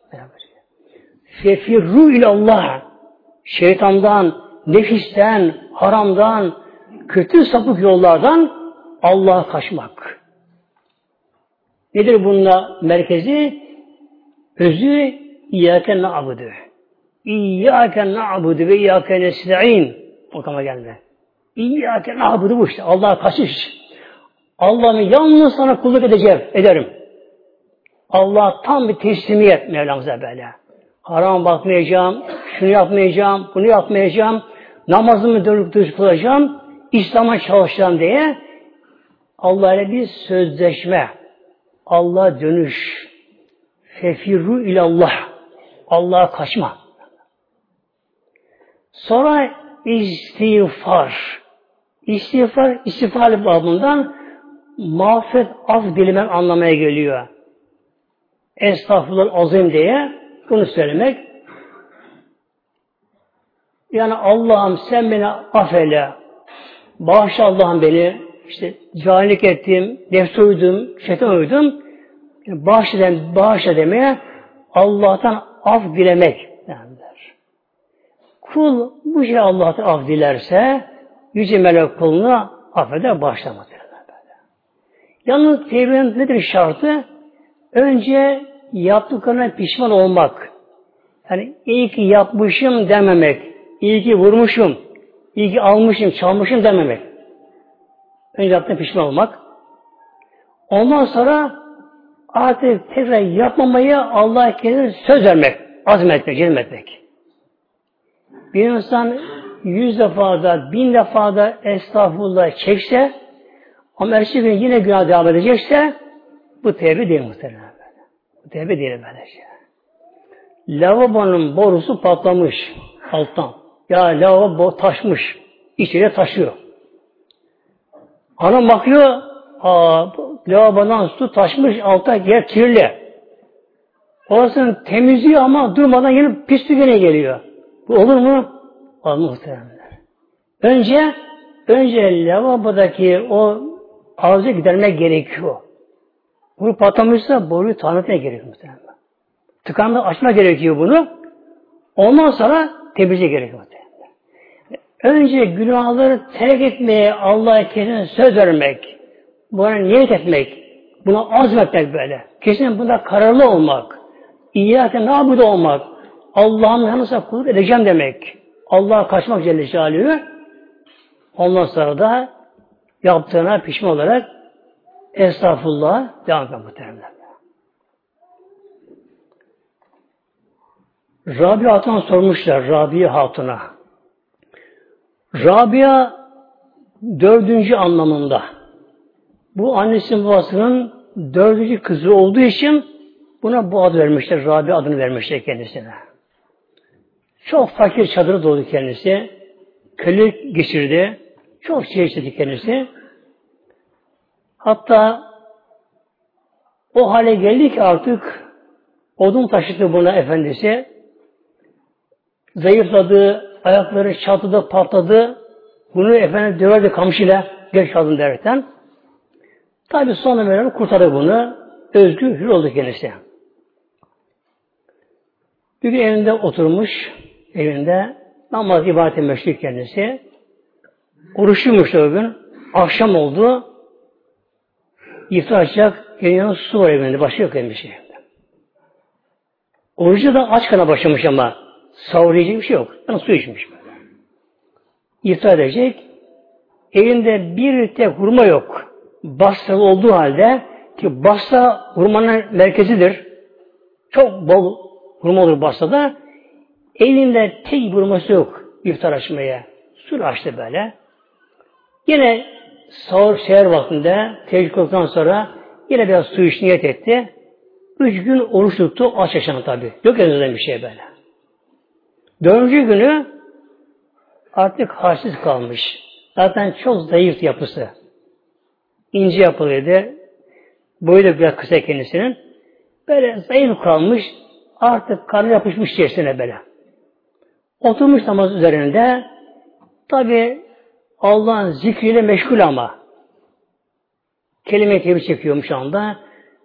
Fefirru ilallah. Şeytandan, nefisten, haramdan, kötü sapık yollardan Allah'a kaçmak. Nedir bununla merkezi? Özü İyyâke na'budu. İyyâke na'budu ve İyyâke nesta'in. O kama geldi. İyyâke na'budu bu işte. Allah'a kaçış. Allah'ım yalnız sana kulluk ederim. Allah'a tam bir teslimiyet Mevlamıza böyle. Haram bakmayacağım, şunu yapmayacağım, bunu yapmayacağım, namazımı dönüp kılacağım, İslam'a çalışacağım diye Allah ile bir sözleşme, Allah'a dönüş, fefirru ilallah, Allah'a kaçma. Sonra istiğfar. İstiğfar babından mağfiret, af dilemek anlamaya geliyor. Estağfurullah azim diye bunu söylemek. Yani Allah'ım sen beni affeyle, bağışla Allah'ım beni, işte cahillik ettim, nefse uydum, şeytan uydum, bağışla demeye Allah'tan af dilemek derler. Kul bu şey Allah'tan af dilerse yüce melek kulunu affeder, bağışlamaz derler böyle. Yalnız tevbenin nedir şartı? Önce yaptıklarına pişman olmak. Yani iyi ki yapmışım dememek. İyi ki vurmuşum. İyi ki almışım, çalmışım dememek. Önce yaptığına pişman olmak. Ondan sonra artık tekrar yapmamaya Allah'a kendine söz vermek. Azmetmek, cezmetmek. Bir insan 100 defa da, 1000 defa da estağfurullah çekse ama ertesi gün yine günah devam edecekse bu tevbe değil muhtemelen. Bu tevbe değil böylece. Lavabonun borusu patlamış alttan. Ya lavabo taşmış. İçeriye taşıyor. Hanım bakıyor, lavabodan su taşmış, alta yer kirli. Orasını temizliyor ama durmadan yine pislik gene geliyor. Bu olur mu? Olmaz muhteremler. Önce lavabodaki o arıza gidermek gerekiyor. Bunu patlamışsa boruyu tamir etmek gerekiyor muhteremler. Tıkanma açma gerekiyor bunu. Ondan sonra temizlik gerekiyor muhteremler. Önce günahları terk etmeye Allah'a kesin söz vermek, buna niyet etmek, buna azmetmek böyle. Kesin bunda kararlı olmak, İyyâke nâbudu olmak, Allah'ın yanısına kulluk edeceğim demek. Allah'a kaçmak Celle Celaluhu. Ondan sonra da yaptığına pişman olarak estağfurullah devam etmek muhteremler. Rabia Hatun'a sormuşlar, Rabia Hatun'a. Rabia 4. anlamında. Bu annesinin babasının 4. kızı olduğu için buna bu adı vermişler, Rabia adını vermişler kendisine. Çok fakir çadırı doğdu kendisi. Kölelik geçirdi. Çok şey istedi kendisi. Hatta o hale geldi ki artık odun taşıdı buna efendisi. Zayıfladı, ayakları çatladı, patladı. Bunu efendim döverdi kamçıyla, geç kaldın derken. Tabi sonra beraber kurtardı bunu. Özgür, hür oldu kendisi. Bir gün evinde oturmuş, evinde namaz ibadete meşgul kendisi. Oruçluymuş o gün. Akşam oldu. İftar açacak. Yanında su var evinde. Başka yok bir şey. Orucu da aç kana başlamış ama sahur yiyecek bir şey yok. Yani su içmiş böyle. İftar edecek. Evinde bir tek hurma yok. Basra olduğu halde ki Basra hurmanın merkezidir. Çok bol hurma olur Basra'da. Elinde tek hurması yok iftar açmaya. Su açtı böyle. Yine sahur seher vaktinde teheccüd kıldıktan sonra yine biraz su iç niyet etti. 3 gün oruç tuttu. Aç yaşandı tabi. Yok elinden bir şey böyle. 4. günü artık halsiz kalmış. Zaten çok zayıf yapısı. İnce yapılıydı. Boyu da biraz kısa kendisinin. Böyle zayıf kalmış. Artık karnı yapışmış içerisine böyle. Oturmuş namaz üzerinde. Tabi Allah'ın zikriyle meşgul ama. Kelime-i tevhid çekiyormuş şu anda.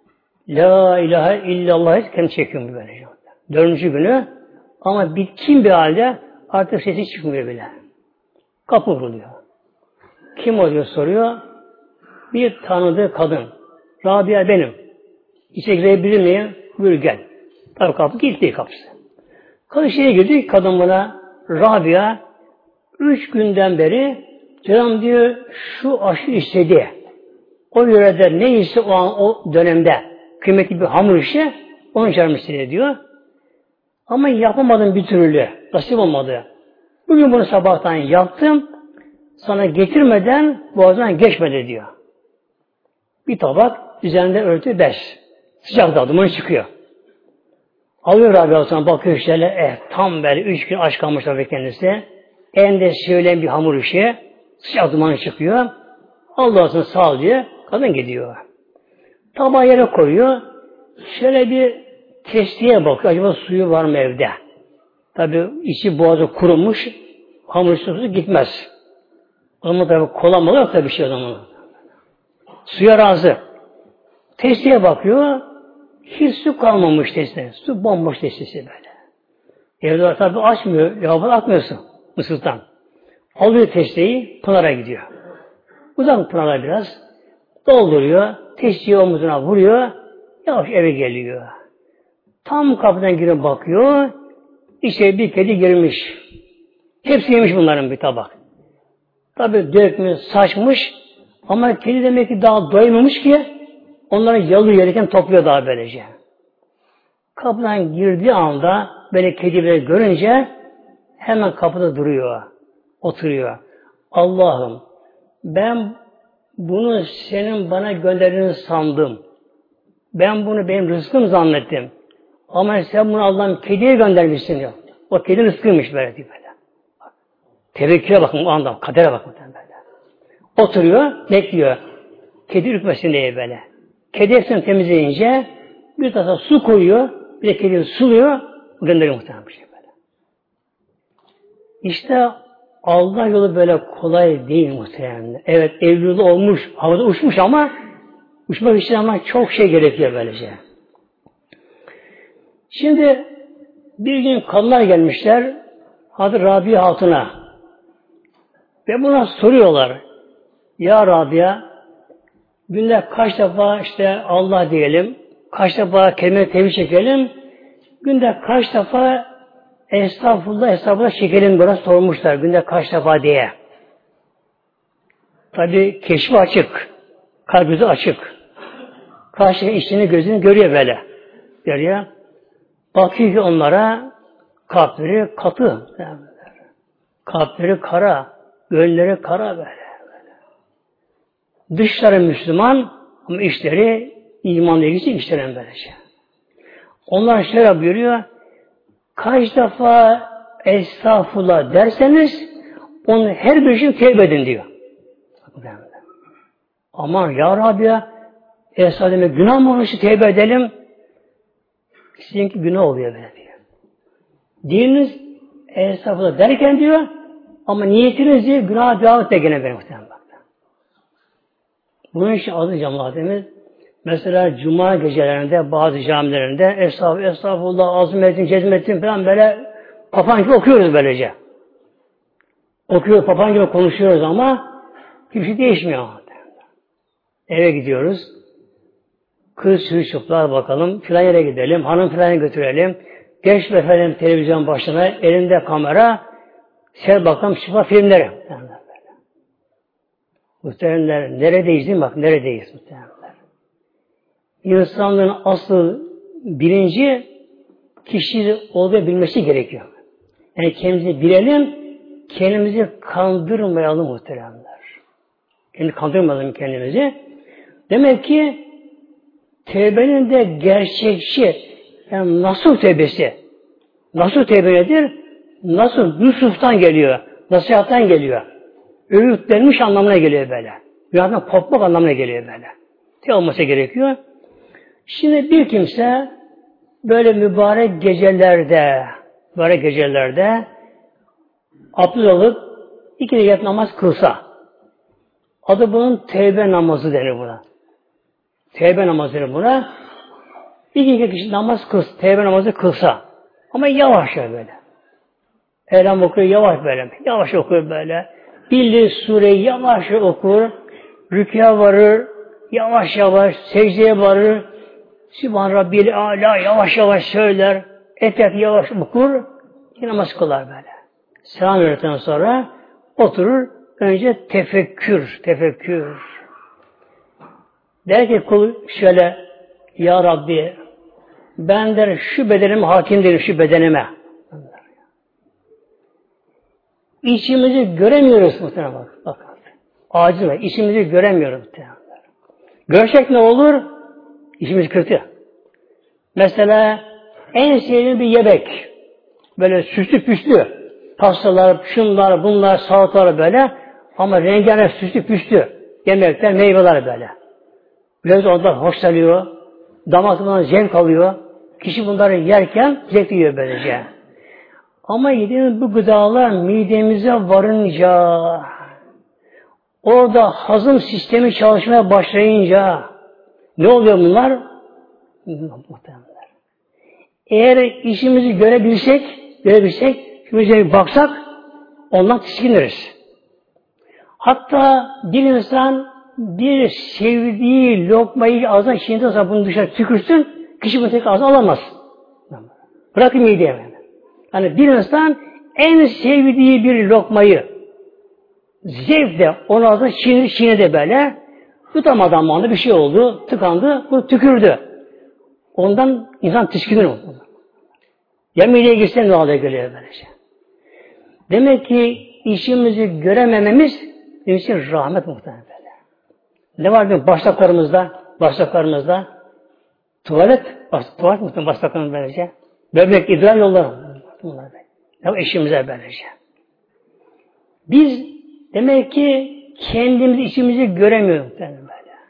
La ilahe illallah kendi çekiyormuş böyle. 4. günü ama bitkin bir halde artık sesi çıkmıyor bile. Kapı vuruluyor. Kim oluyor soruyor. Bir tanıdığı kadın. Rabia benim. İçeri girebilir miyim? Buyur gel. Tabii kapı kilitli kapısı. Kadın içeri girdi. Kadın bana Rabia 3 günden beri canım diyor şu aşı istedi. O yörede neyse o an o dönemde kıymetli bir hamur işi onu canım istedi diyor. Ama yapamadım bir türlü. Nasip olmadı. Bugün bunu sabahtan yaptım. Sana getirmeden boğazından geçmedi diyor. Bir tabak üzerinde örtü bez. Sıcak da dumanı çıkıyor. Alıyor Rabia sonra bakıyor şöyle tam böyle 3 gün aç kalmışlar ve kendisi. Elinde söyleyen bir hamur işi. Sıcak dumanı çıkıyor. Allah'ın sağ ol diye kadın gidiyor. Tabağı yere koyuyor. Şöyle bir testiye bakıyor. Acaba suyu var mı evde? Tabi içi boğazı kurumuş. Hamur suyu gitmez. O zaman tabi kola mı yok tabi bir şey o zaman. Suya razı. Testiye bakıyor. Hiç su kalmamış testide. Su bomboş testisi böyle. Evde tabi açmıyor. Lavabo atmıyorsun. Mısırdan. Alıyor testiyi. Pınar'a gidiyor. Uzak Pınar'a biraz. Dolduruyor. Testiyi omuzuna vuruyor. Yavaş eve geliyor. Tam kapıdan girip bakıyor. İçeri bir kedi girmiş. Hepsi yemiş bunların bir tabak. Tabi dökmüş, saçmış. Ama kedi demek ki daha doymamış ki onları yalıyor yerken topluyor daha böylece. Kapıdan girdiği anda böyle kedileri görünce hemen kapıda duruyor. Oturuyor. Allah'ım ben bunu senin bana gönderdiğini sandım. Ben bunu benim rızkım zannettim. Ama sen bunu Allah'ım kediye göndermişsin diyor. O kedi rızkıymış böyle diyor böyle. Tevekküle bakın o anda, kadere bakın böyle. Oturuyor, bekliyor. Kedi ürkmesin diye böyle. Kedi hepsini temizleyince bir tasa su koyuyor, bir de kediyi suluyor, gönderiyor muhtemelen bir şey böyle. İşte Allah yolu böyle kolay değil muhtemelen. Evet, evliliği olmuş, havada uçmuş ama uçmak için ama çok şey gerekiyor böylece. Şimdi bir gün kadınlar gelmişler Hazreti Rabia Hatun'a ve buna soruyorlar. Ya Rabia, günde kaç defa işte Allah diyelim, kaç defa kelime-i tevhid çekelim, günde kaç defa estağfurullah çekelim böyle sormuşlar. Günde kaç defa diye. Tabi keşfi açık. Kalbi açık. Karşı içini gözünü görüyor böyle. Görüyor. Bakıyor ki onlara kalpleri katı. Kalpleri kara. Gönülleri kara böyle. Dışları Müslüman ama içleri imanla ilgili işlenen böylece. Onlar şöyle buyuruyor. Kaç defa estağfurullah derseniz onun her bir için tevbe edin diyor. Aman ya Rabbi estağfurullah günah mı olmuş tevbe edelim? Sizinki günah oluyor böyle diyor. Dininiz estağfurullah derken diyor ama niyetiniz diyor günah davet de gene benim. Bunun için adı cemaatimiz mesela cuma gecelerinde bazı camilerinde estağfurullah azmettin, cezmettin falan böyle papağan gibi okuyoruz böylece. Okuyoruz, papağan gibi konuşuyoruz ama hiçbir şey değişmiyor. Eve gidiyoruz. Kız çocuklar bakalım, filan yere gidelim, hanım filan götürelim. Geç efendim televizyon başına, elinde kamera, sen bakalım şifa filmleri. Muhtemelenler, neredeyiz değil mi? Bak neredeyiz muhtemelenler. İnsanların asıl bilinci kişi olduğu bilmesi gerekiyor. Yani kendimizi bilelim, kendimizi kandırmayalım muhtemelenler. Kendimizi kandırmayalım kendimizi. Demek ki tevbenin de gerçekçi, yani nasıl tevbesi? Nasıl tevbe nedir? Nasıl? Yusuf'tan geliyor, nasihattan geliyor. Öğütlenmiş anlamına geliyor böyle. Günahdan kopmak anlamına geliyor böyle. Ne olması gerekiyor? Şimdi bir kimse böyle mübarek gecelerde abdest alıp 2 rekat namaz kılsa, adı bunun tevbe namazı denir buna. Tevbe namazı denir buna. 2 kişi namaz kılsa, tevbe namazı kılsa, ama yavaş böyle. Elham okuyor yavaş böyle. Yavaş okur böyle. Bildiği sureyi yavaş okur. Rükûya varır. Yavaş yavaş. Secdeye varır. Sübhan Rabbil Âlâ yavaş yavaş söyler. Etek yavaş okur. Namaz kılar böyle. Selam verdikten sonra oturur. Önce tefekkür. Der ki kul şöyle Ya Rabbi ben der şu bedenime hakim değilim şu bedenime. İçimizi göremiyoruz muhtemelen bak. Aciz var. İçimizi göremiyoruz muhtemelen. Görsek ne olur? İçimiz kötü. Mesela en sevdiğim bir yemek. Böyle süslü püslü. Pastalar, şunlar, bunlar, salatalar böyle. Ama rengarenk süslü püslü. Yemekler, meyveler böyle. Biraz ondan hoşlanıyor. Damaklarından zevk alıyor. Kişi bunları yerken zevk yiyor böylece. Ama yediğimiz bu gıdalar midemize varınca, orada hazım sistemi çalışmaya başlayınca ne oluyor bunlar? Muhtemelenler. Eğer işimizi görebilsek, şöyle baksak, ondan tiskiniriz. Hatta bir insan bir sevdiği lokmayı ağzına çiğnediği zaman bunu dışarı tükürsün, kişi bunu tekrar ağzına alamaz. Bırakın mideye. Yani bir insan en sevdiği bir lokmayı zevkle onu ağzına çiğnedi böyle, tutamadan mı bir şey oldu, tıkandı, bunu tükürdü. Ondan insan tiskinir. Ya mideye girse ne hale geliyor böylece. Demek ki işimizi göremememiz bizim için rahmet muhtemelen böyle. Ne var diyor başlıklarımızda tuvalet muhtemelen başlıklarımız böylece. Böbrek idrar yolları. Ya eşimize böylece. Biz demek ki kendimizi, içimizi göremiyoruz böyle.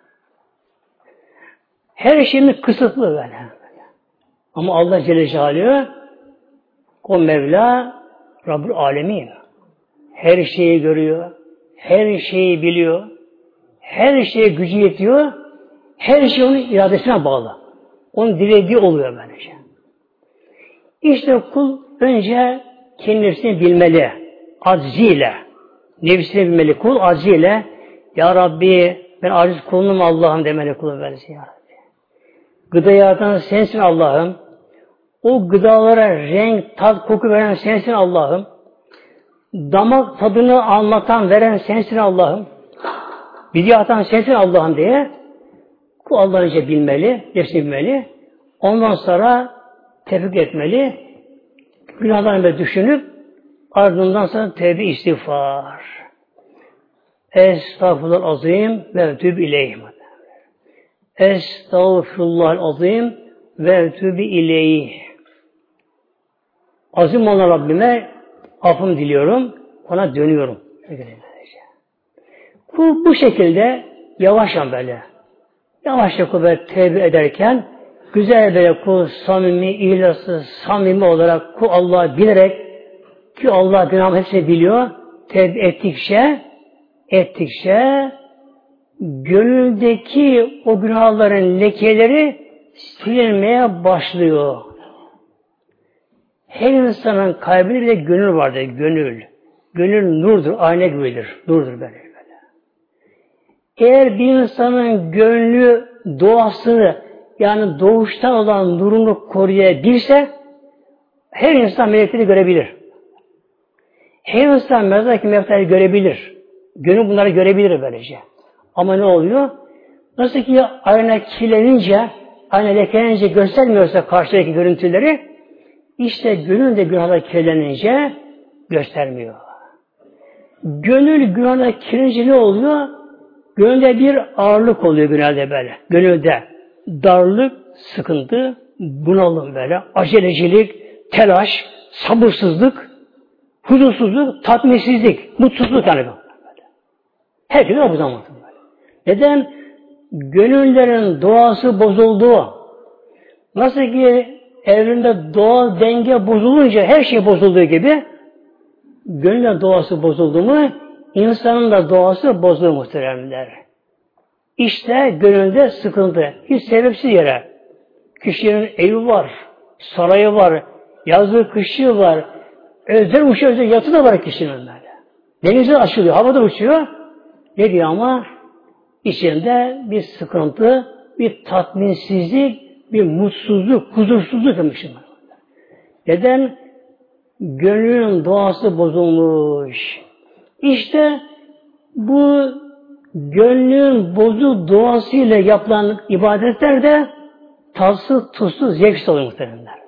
Her şeyimiz kısıtlı böyle. Ama Allah Celle Celaluhu, o Mevla, Rabbül Alemin. Her şeyi görüyor, her şeyi biliyor, her şeye gücü yetiyor, her şey onun iradesine bağlı. Onun dilediği oluyor böylece. İşte kul önce kendisini bilmeli, acziyle. Nefsini bilmeli kul, acziyle. Ya Rabbi, ben aciz kulunum Allah'ım demeli kul böylece ya Rabbi. Gıdayı yaratan sensin Allah'ım. O gıdalara renk, tat, koku veren sensin Allah'ım. Damak tadını anlatan, veren sensin Allah'ım. Bilgi atan sensin Allah'ım diye kul Allah'ı önce bilmeli, nefsini bilmeli. Ondan sonra tefekkür etmeli. Günahlarını düşünüp ardından sonra tevbe istiğfar. Estağfurullah azim ve etûbü ileyh. Estağfurullah azim ve etûbü ileyh. Azim olan Rabbime affını diliyorum, ona dönüyorum. Kul bu şekilde yavaşça böyle, yavaşça kul böyle tevbe ederken, güzel böyle kul samimi, ihlaslı, samimi olarak kul Allah'ı bilerek, ki Allah günahımı hepsini biliyor, tevbe ettikçe, gönüldeki o günahların lekeleri silinmeye başlıyor. Her insanın kalbinde bir de gönül vardır, gönül. Gönül nurdur, ayna gibidir, nurdur böyle. Eğer bir insanın gönlü doğasını, yani doğuştan olan nurunu koruyabilse, her insan melekleri görebilir. Her insan mezardaki melekleri görebilir. Gönül bunları görebilir böylece. Ama ne oluyor? Nasıl ki ayna kirlenince, ayna lekelenince göstermiyorsa karşıdaki görüntüleri, işte gönül de günahla kirlenince göstermiyor. Gönül günahla kirlenince ne oluyor? Gönülde bir ağırlık oluyor genelde böyle. Gönülde darlık, sıkıntı, bunalım böyle, acelecilik, telaş, sabırsızlık, huzursuzluk, tatminsizlik, mutsuzluk yani böyle. Herkes o bu zaman böyle. Neden? Gönüllerin doğası bozuldu. Nasıl ki evrende doğal denge bozulunca her şey bozulduğu gibi gönüllerin doğası bozuldu mu insanın da doğası bozulur muhteremler. İşte gönülde sıkıntı. Hiç sebepsiz yere. Kişinin evi var, sarayı var, yazlığı kışı var, özel uçuyor, özel yatı da var kişinin böyle. Denize açılıyor, havada uçuyor. Ne diyor ama? İçinde bir sıkıntı, bir tatminsizlik, bir mutsuzluk, huzursuzluk demişim. Neden? Gönlün doğası bozulmuş. İşte bu gönlün bozuk doğasıyla yapılan ibadetler de tatsız, tuzsuz, zevksiz oluyor muhtemelenler.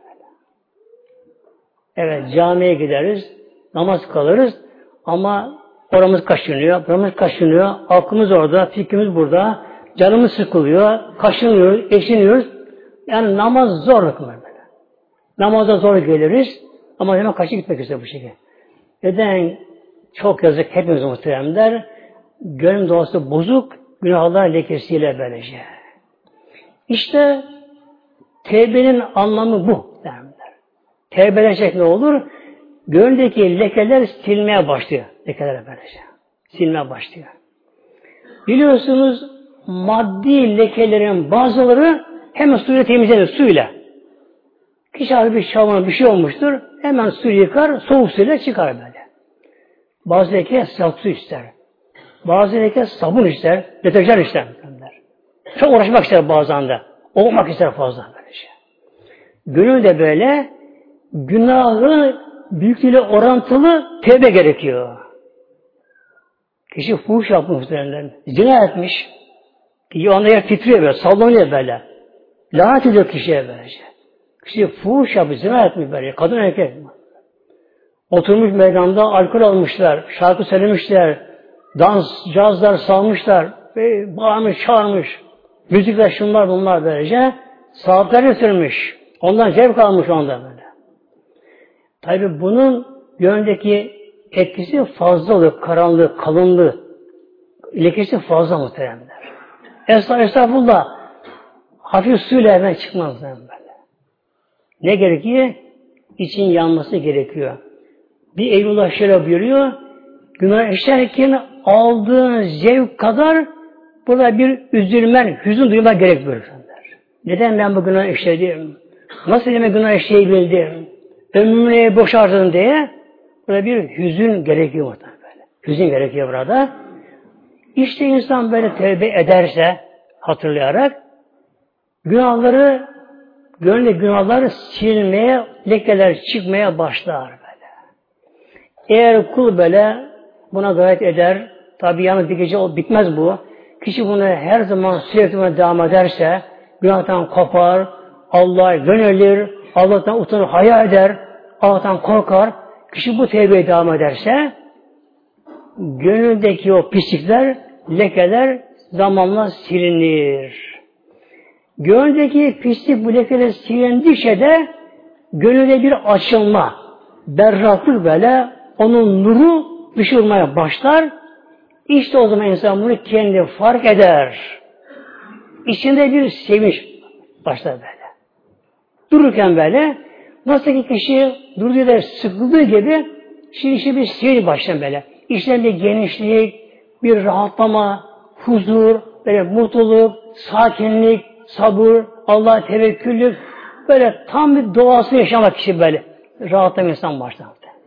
Evet, camiye gideriz, namaz kılırız ama oramız kaşınıyor, buramız kaşınıyor, aklımız orada, fikrimiz burada, canımız sıkılıyor, kaşınıyoruz, eksiniyoruz. Yani namaz zor böyle. Namaza zor geliriz ama hemen kaçıp gitmek istiyor bu şekilde. Neden? Çok yazık hepimiz muhteremler. Gönül doğası bozuk, günahlar lekesiyle böylece. İşte tevbenin anlamı bu derler. Tevbeleşecek ne olur? Gönüldeki lekeler silmeye başlıyor. Lekeler böylece. Silmeye başlıyor. Biliyorsunuz maddi lekelerin bazıları hemen suyla temizlenir, suyla. Kişi abi bir şavuna bir şey olmuştur, hemen suyu yıkar, soğuk suyla çıkar böyle. Bazı leke sıcak su ister. Bazı leke sabun ister, deterjan ister. Çok uğraşmak ister bazen de. Olmak ister fazla böylece. Gönül de böyle günahı büyüklüğüyle orantılı tevbe gerekiyor. Kişi fuhuş yapmış üzerinden. Zina etmiş. O anda yer titriyor böyle, sallanıyor böyle. Lanet ediyor kişiye böylece. Kişi fuhuş yapmış, zina etmiş böyle. Kadın erkek. Oturmuş meydanda alkol almışlar, şarkı söylemişler, dans, cazlar salmışlar, bağırmış, çağırmış, müzikler şunlar bunlar böylece, saatler sürmüş, ondan zevk almış ondan böyle. Tabi bunun yöndeki etkisi fazla oluyor, karanlığı, kalınlığı. lekesi fazla muhteremler. Estağfurullah. Hafif suyla hemen çıkmaz böyle. Ne gerekiyor? İçin yanması gerekiyor. Bir Eylullah şöyle buyuruyor. Günah işlerken aldığın zevk kadar burada bir üzülmen, hüzün duymak gerekiyor. Neden ben bu günah işledim? Nasıl elime günah işleyebildim? Ömrümü boşardım diye burada bir hüzün gerekiyor orada böyle. Hüzün gerekiyor burada. İşte insan böyle tövbe ederse hatırlayarak günahları, gönlü günahları silmeye, lekeler çıkmaya başlar böyle. Eğer kul böyle buna gayret eder, tabi yalnız bir gece bitmez bu. Kişi bunu her zaman sürekli devam ederse, günahtan kopar, Allah'a yönelir, Allah'tan utanır, hayal eder, Allah'tan korkar. Kişi bu tevbeye devam ederse, gönlündeki o pislikler, lekeler zamanla silinir. Gönlündeki pislik bu lekeler silindikçe de gönülde bir açılma, berraklık böyle, onun nuru düşürmeye başlar. İşte o zaman insan bunu kendi fark eder. İçinde bir sevinç başlar böyle. Dururken böyle, nasıl ki kişi durduğu yerde sıkıldığı gibi, şimdi bir sevinç başlar böyle. İçten bir genişlik, bir rahatlama, huzur, böyle mutluluk, sakinlik, sabır, Allah'a tevekküllük, böyle tam bir doğası yaşamak kişi böyle. Rahatlama insan başlar.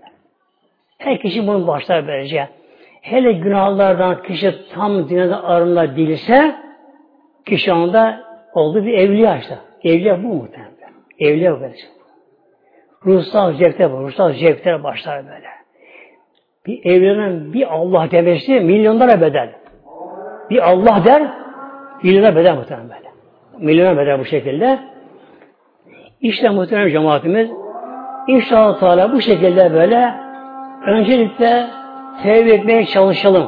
Her kişi bunu başlar böylece. Hele günahlardan kişi tam dünyada arınabilse, kişi anda olduğu bir evliya işte. Evliya bu muhtemelen. Evliya böylece. Ruhsal zevkler bu. Ruhsal zevkler başlar böyle. Bir evliyanın bir Allah demesi milyonlara bedel. Bir Allah der, milyona bedel muhtemelen böyle. Milyona bedel bu şekilde. İşte muhtemelen cemaatimiz İnşallah Teala bu şekilde böyle öncelikle tevbe etmeye çalışalım.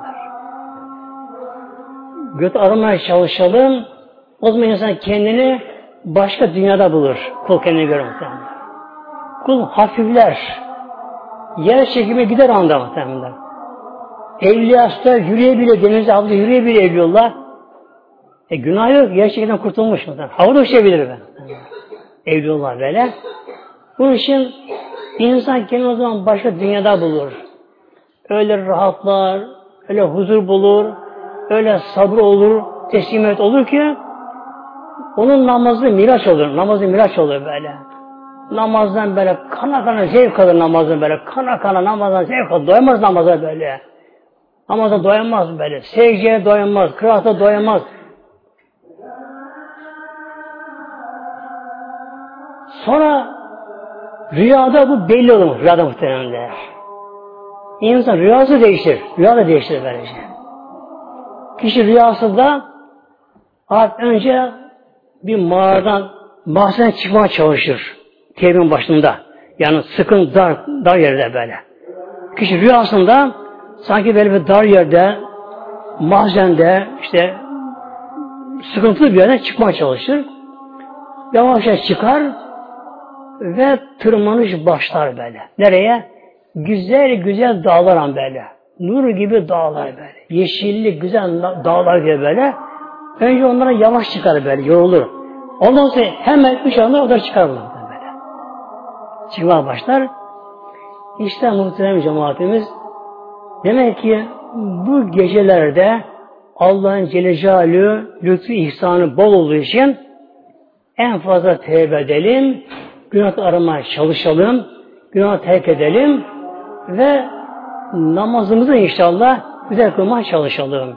Göt aramaya çalışalım. O zaman insan kendini başka dünyada bulur. Kul kendine göre muhtemelen. Kul hafifler. Yer çekime gider anda muhtemelen. Evliyasta yürüyebilir, denize abla yürüyebilir evliyullah. Günah yok, yer çekimden kurtulmuş muhtemelen. Havada uçabilir ben. Evliyullah böyle. Bunun için insan kendini o zaman başka dünyada bulur. Öyle rahatlar, öyle huzur bulur, öyle sabır olur, teslimiyet olur ki onun namazı miraç olur. Namazı miraç olur böyle. Namazdan böyle kana kana zevk alır namazdan böyle. Kana kana namazdan zevk alır. Doyamaz namaza böyle. Namazdan doyamaz böyle. Secdeye doyamaz, kıraata doyamaz. Sonra rüyada bu belli olur. Rüyada muhtemelen. İnsan rüyası değişir. Rüya da değişir böylece. Kişi rüyasında önce bir mağaradan mahzene çıkmaya çalışır. Tevbenin başında. Yani sıkın dar yerde böyle. Kişi rüyasında sanki böyle bir dar yerde mahzende işte sıkıntılı bir yerden çıkmaya çalışır. Yavaşça çıkar ve tırmanış başlar böyle. Nereye? Güzel güzel dağlar böyle. Nur gibi dağlar böyle. Yeşilli güzel dağlar gibi böyle. Önce onlara yavaş çıkar böyle, yorulur. Ondan sonra hemen 3 anda orada çıkar böyle. Çıkmaya başlar. İşte muhterem cemaatimiz, demek ki bu gecelerde Allah'ın Celle Celaluhu lütfu ihsanı bol olduğu için en fazla tevbe edelim, günah aramaya çalışalım, günah terk edelim ve namazımızı inşallah güzel kılmaya çalışalım.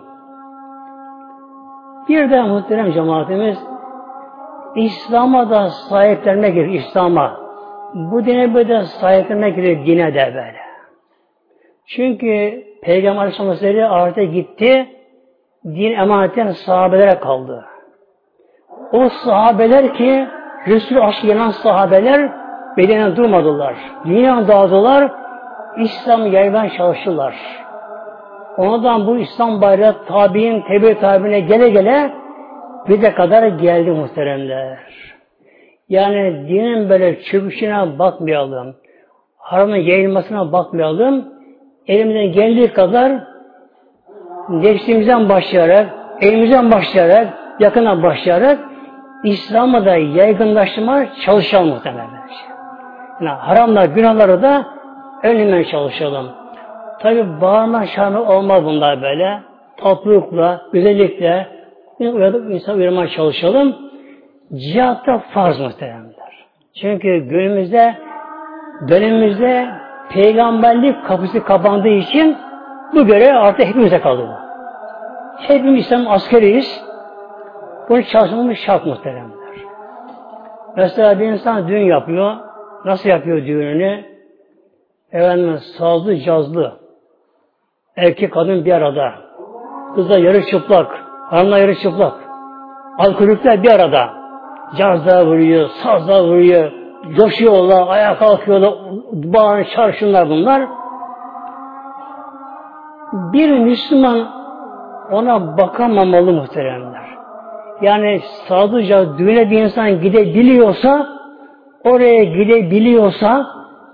Bir de muhterem cemaatimiz, İslam'a da sahiplenmek gerekir, İslam'a. Bu dine böyle sahiplenmek gerekir, dine de böyle. Çünkü Peygamber Aleyhisselam artık gitti, din emanetten sahabelere kaldı. O sahabeler ki, Resul-i aşkı yanan sahabeler bedenen durmadılar. Dünyaya dağıldılar, İslam yaymaya çalıştılar. Ondan bu İslam bayrağı tabi'in, tebe tabi'ine gele gele bize kadar geldi muhteremler. Yani dinin böyle çöküşüne bakmayalım. Haramın yayılmasına bakmayalım. Elimizden geldiği kadar nefsimizden başlayarak, elimizden başlayarak, yakından başlayarak İslam'ı da yaygınlaştırmaya çalışalım muhtemelen. Yani haramlar, günahları da önlemeye çalışalım. Tabi bağırma şanı olmaz bunlar böyle. Tatlılıkla, güzellikle insan uyarmaya çalışalım. Cihat da farz muhteremler. Çünkü günümüzde, dönemimizde peygamberlik kapısı kapandığı için bu görev artık hepimize kaldı. Hepimiz İslam askeriyiz. Bunu çalışmamız şart muhteremler. Mesela bir insan düğün yapıyor. Nasıl yapıyor düğününü? Efendim sazlı, cazlı. Erkek kadın bir arada. Kızlar yarı çıplak. Hanımlar yarı çıplak. Alkolikler bir arada. Cazda vuruyor, sazda vuruyor. Coşuyorlar, ayağa kalkıyorlar. Bağırın, çarşınlar bunlar. Bir Müslüman ona bakamamalı muhteremler. Yani sazlıca düğüne bir insan gidebiliyorsa, oraya gidebiliyorsa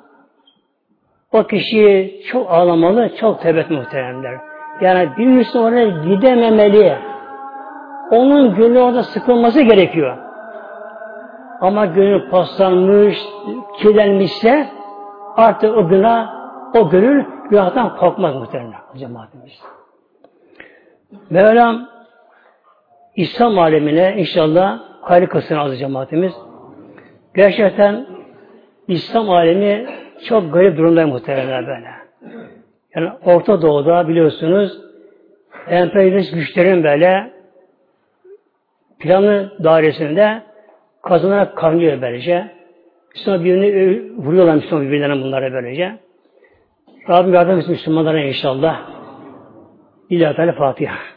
o kişi çok ağlamalı, çok tevbe muhteremler. Yani bir Müslüman oraya gidememeli. Onun gönlü orada sıkılması gerekiyor. Ama gönül paslanmış, kirlenmişse artık o günah, o gönül günahtan korkmaz muhteremler cemaatimiz. Mevlam İslam alemine inşallah hayırlı kılsın aziz cemaatimiz. Gerçekten İslam alemi çok garip durumda muhtemelen böyle. Yani Orta Doğu'da biliyorsunuz emperyalist güçlerin böyle planı dairesinde kazanarak kaynıyor böylece. Müslüman birbirini vuruyorlar Müslüman birbirlerine bunlara böylece. Rabbim yardım etsin Müslümanlara inşallah. İlahi Teala Fatiha.